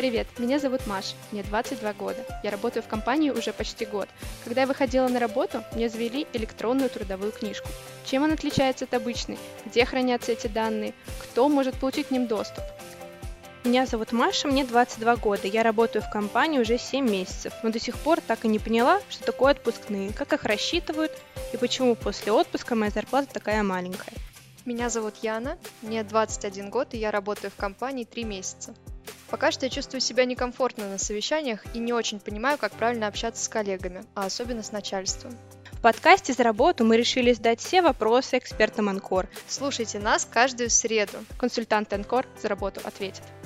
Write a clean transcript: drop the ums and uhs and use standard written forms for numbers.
Привет, меня зовут Маша, мне 22 года. Я работаю в компании уже почти год. Когда я выходила на работу, мне завели электронную трудовую книжку. Чем она отличается от обычной? Где хранятся эти данные? Кто может получить к ним доступ? Меня зовут Маша, мне 22 года. Я работаю в компании уже 7 месяцев, но до сих пор так и не поняла, что такое отпускные, как их рассчитывают и почему после отпуска моя зарплата такая маленькая. Меня зовут Яна, мне 21 год, и я работаю в компании 3 месяца. Пока что я чувствую себя некомфортно на совещаниях и не очень понимаю, как правильно общаться с коллегами, а особенно с начальством. В подкасте «За работу» мы решили задать все вопросы экспертам Анкор. Слушайте нас каждую среду. Консультант Анкор за работу ответит.